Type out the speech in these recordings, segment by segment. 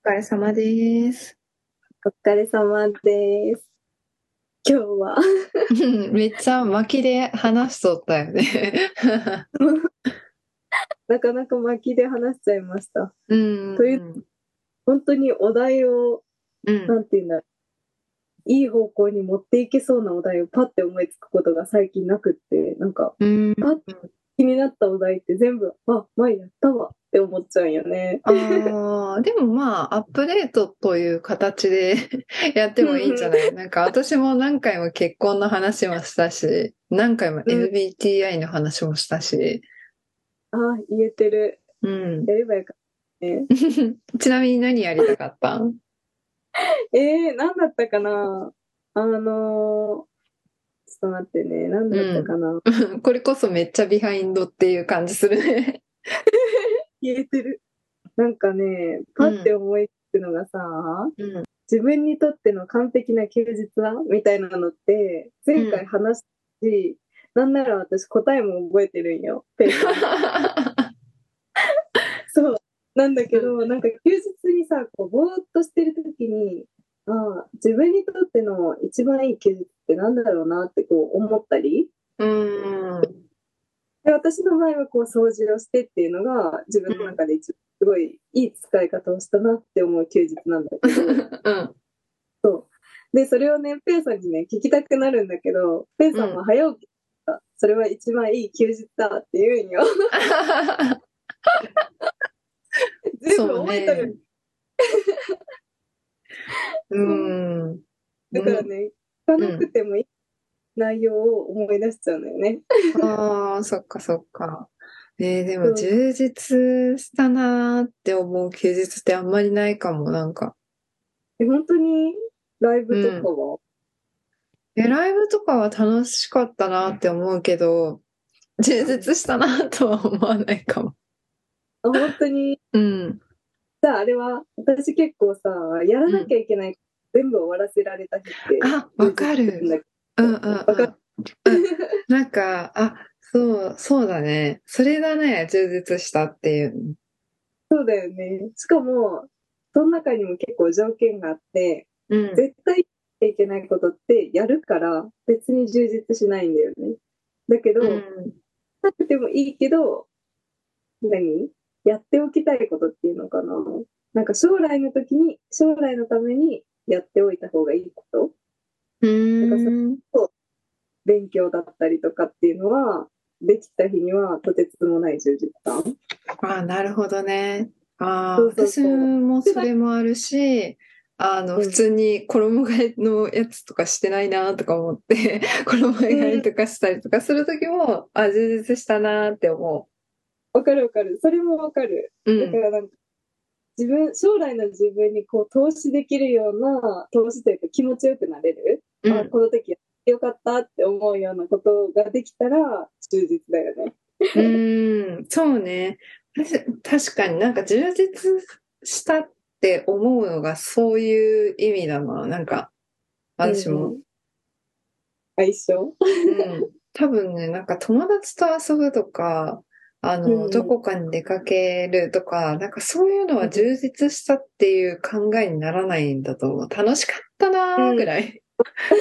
疲れ様です。 お疲れ様です。今日はめっちゃ巻きで話しとったよね。 なかなか巻きで話しちゃいました。 うという、 ん、 本当にお題を、 うん、 なんていうんだ、いい方向に持っていけそうなお題をパッて思いつくことが最近なくって、 うん。 パッて気になったお題って全部、前やったわって思っちゃうんよね。 ああ、でもまあ、アップデートという形でやってもいいんじゃない？なんか私も何回も結婚の話もしたし、何回もうん、 MBTI の話もしたし、 言えてる。 うん。 やればよかったね。 ちなみに何やりたかったん？ なんだったかな。ちょっと待ってね、なんだったうん。 かな。 これこそめっちゃビハインドっていう感じするね。 言えてる。なんかね、パッてうん、 思いつくのがさ、 うん、 自分にとっての完璧な休日はみたいなのって、前回うん。 話したし、なんなら私答えも覚えてるんよ、ペイさん。そう。なんだけど、なんか休日にさ、こう、ぼーっとしてるときに、自分にとっての一番いい休日ってなんだろうなってこう思ったり、 うん、うん。 で、私の場合はこう掃除をしてっていうのが自分の中で一番すごいいい使い方をしたなって思う休日なんだけど、 うん。 で、それをね、ペイさんにね、聞きたくなるんだけど、ペイさんはうん。 早起きだ。それは一番いい休日だって言うんよ。全部そう覚えとる。 ね。うそう。 ん。 だからね、聞かなくうん。 てもいい内容を思い出しちゃうんだよね。 ああ、そっかそっか。でもそう。 充実したなーって思う休日ってあんまりないかも、なんか。 本当にライうブとかん。 は？ ライブとかは楽しかったなって思うけど、充うん。 実したなとは思わないかも。 本当に、 うん。 じゃああれは、私結構さ、やらなきうん。 ゃいけない全部終わらせられた日ってあ、わ充実かる。 するんだけうんうど、わかる。 んうん。うん。なんか、そうだね。それだね、充実したっていう。 そうだよね。しかも、その中にも結構条件があって、 うん。 絶対やっていけないことってやるから別に充実しないんだよね。だけうど、 ん。 なくてもいいけど、何やっておきたいことっていうのかな。なんか将来のためにやっておいた方がいいこと。 うなんかそれーん。 こそ勉強だったりとかっていうのは、できた日にはとてつもない充実感。 あ、なるほどね。 そうそう私そう。 もそで、 れもあるし、 うん。 普通に衣替えのやつとかしてないなとか思って、衣替えうん、 とかしたりとかするときも、充実したなって思わかるわかる。それもわかる。 う。うん。 だからなんか将来の自分にこう投資できるような、投資というか気持ちよくなれる。 うん。 この時やってよかったって思うようなことができたら充実だよね。 うーん。そうね。確かになんか充実したって思うのがそういう意味だな。なんか、私も。 うんうん。一緒。 うん。多分ね、なんか友達と遊ぶとか、どうんうん。 こかに出かけるとか、なんかそういうのは充実したっていう考えにならないんだと思う。楽しかったなーぐうん。 らい。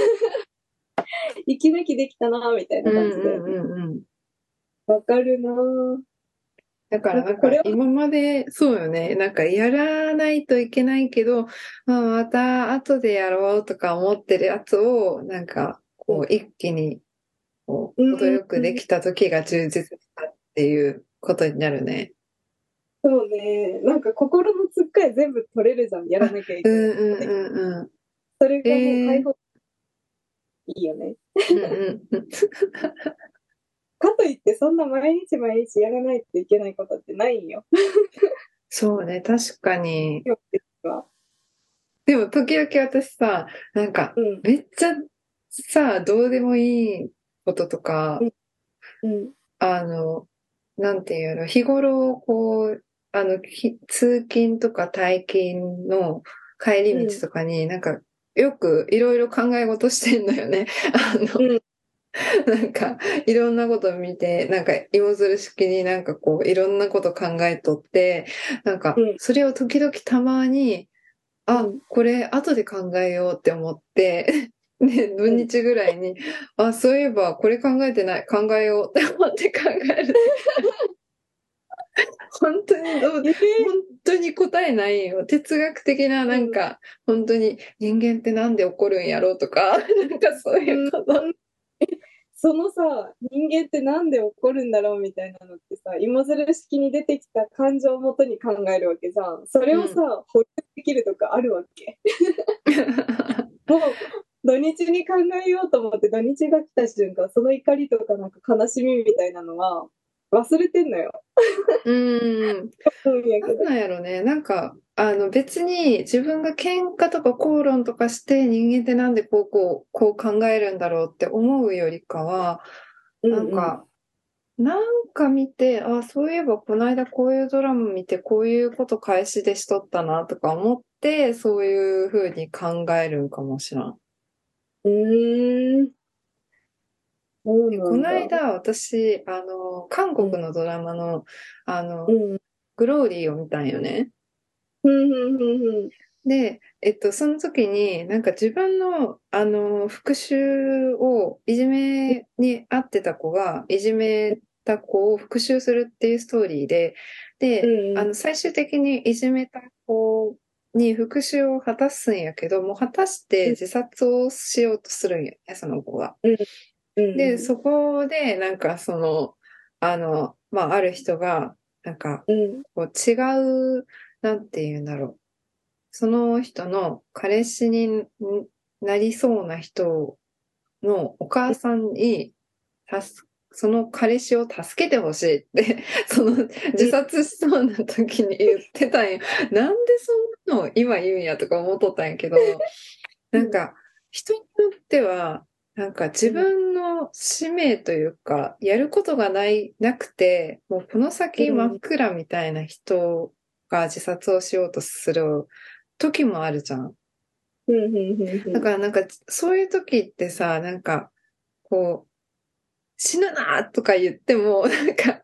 息抜きできたな、みたいうんな感じだよね。 うんうんうん。 わかるなぁ。 だからなんなんかこれは、 か今まで、そうよね。なんかやらないといけないけど、まあまた後でやろうとか思ってるやつを、なんかこう一気にこう程うん、 よくできた時が充実したっていうことになるね。 そうね。なんか心のつっかえ全部取れるじゃん。やらあ、 なきゃいうんけない。 うんうんうそれん。 がもう解放いいよね。 うんうんうん。 かといってそんな毎日毎日やらないといけないことってないんよ。 そうね、確かに。 今日は。 でも時々私さ、なんかうん、 めっちゃさ、どうでもいいこととか、 うん、うん、 あの、なんていうの、日頃こう、通勤とか退勤の帰り道うん、 とかになんかよくいろいろ考え事してんのよね。 うん、 なんか、いろんなこと見て、なんか、芋づる式になんかこう、いろんなこと考えとって、なんか、 うん、 それを時々たまに、 あ、これ後で考えようって思って、で、土日ぐらいに、あ、そういえばこれ考えてない、考えようって思って考える。本当に本当に答えないよ。哲学的ななんか、本当に人間ってなんで起こるんやろうとか、なんかそういうこと。 そのさ、人間ってなんで起こるんだろうみたいなのってさ、芋づる式に出てきた感情をもとに考えるわけじゃん。それをさ、保留できるとかあるわけ。もう、土日に考えようと思って土日が来た瞬間、その怒りとかなんか悲しみみたいなのは忘れてんのよ。 なんなんやろね。なんか、別に自分が喧嘩とか口論とかして人間ってなんでこう考えるんだろうって思うよりかは、なんか、なんか見て、あ、そういえばこの間こういうドラマ見てこういうこと返しでしとったなとか思って、そういうふうに考えるんかもしらん。 そうで、こなんだ。 の間私、韓うん、 国のドラマの、あの、 うん、 グローリーを見たんよね。 うん、うん、うん、 で、その時に、なんか自分の、復讐を、いじめに遭ってた子が、いじめた子を復讐するっていうストーリーで、で、 うん、 最終的にいじめた子に復讐を果たすんやけど、もう果たしてうん、 自殺をしようとするんやね、その子が。 うん、うで、 ん、 そこで、なんかまあ、ある人が、なんか、 うん、 こう違う、なんて言うんだろう。その人の彼氏になりそうな人のお母さんに、その彼氏を助けてほしいって、その自殺しそうな時に言ってたんや。なんでそんなの今言うんやとか思っとったんやけど、なんか人によっては、なんか自分の使命というか、やることがなくて、もうこの先真っ暗みたいな人が自殺をしようとする時もあるじゃん。だからなんかそういう時ってさ、なんかこう、死ぬなとか言っても、なんか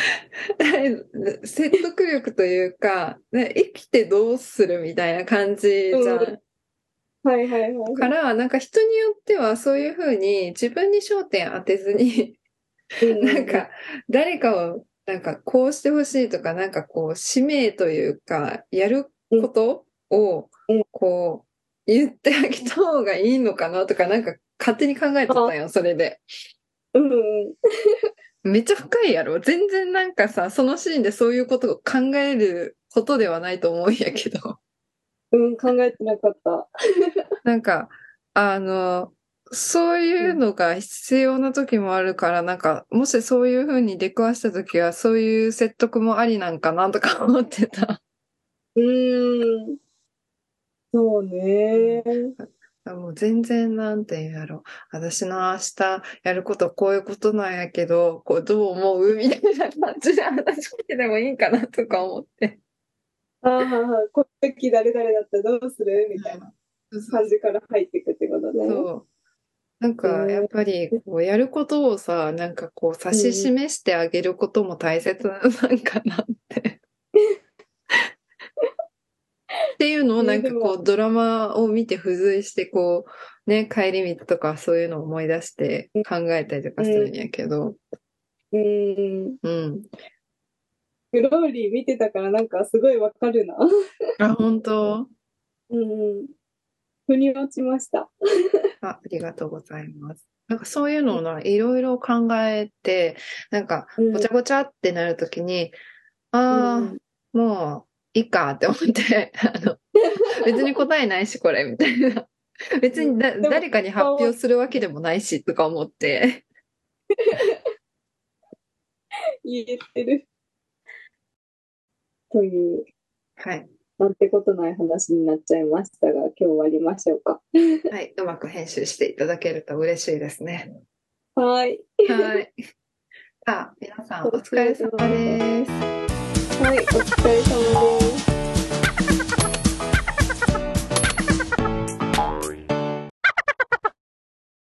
説得力というか、ね、生きてどうするみたいな感じじゃん。 はいはいはいはい。 から、なんか人によってはそういうふうに自分に焦点当てずに、 うなんん、 か誰かをなんかこうしてほしいとか、なんかこう使命というか、やるうん、 ことをうん、 こう言ってあげた方がいいのかなとか、なんか勝手に考えとったあ、 んよ、それで。 うん、 めっちゃ深いやろ。全然なんかさ、そのシーンでそういうことを考えることではないと思うんやけど。 うん、考えてなかった。 なんか、あの、そういううん、 のが必要な時もあるから、なんか、もしそういう風に出くわした時は、そういう説得もありなんかなとか思ってた。 うーん、そううん。 ね。 もう全然なんて言うんやろ。私の明日やることこういうことなんやけど、こうどう思うみたいな感じで話しかけてもいいんかなとか思って。 ああ、この時誰々だったらどうするみたいなうん。そうそう感じから入っていくってことね。 そう。なんか、やっえぱり、こう、やることをさ、なんかこう、指しうん、 示してあげることも大切なんかなってっていうのをなんでも、 かこう、ドラマを見て付随して、こう、ね、帰り道とかそういうのを思い出して考えたりとかするんうん、 やけど、 うん、 うん。 グローリー見てたからなんかすごいわかるな。 あ、本当？ うん、腑に落ちました。 ありがとうございます。なんかそういうのをいろいろ考えて、なんか、 うん、 ごちゃごちゃってなるときに、 うああ、 ん、 もう、いいかって思って、別に答えないし、これ、みたいな。別うん。 にでも、 誰かに発表するわけでもないし、とか思って。 言えてるという、 はい。 なんてことない話になっちゃいましたが、今日終わりましょうか。 はい。うまく編集していただけると嬉しいですね。 はい。 はい。さあ、皆さんおお疲れ疲れ様様です。 です。 はい、お疲れ様です。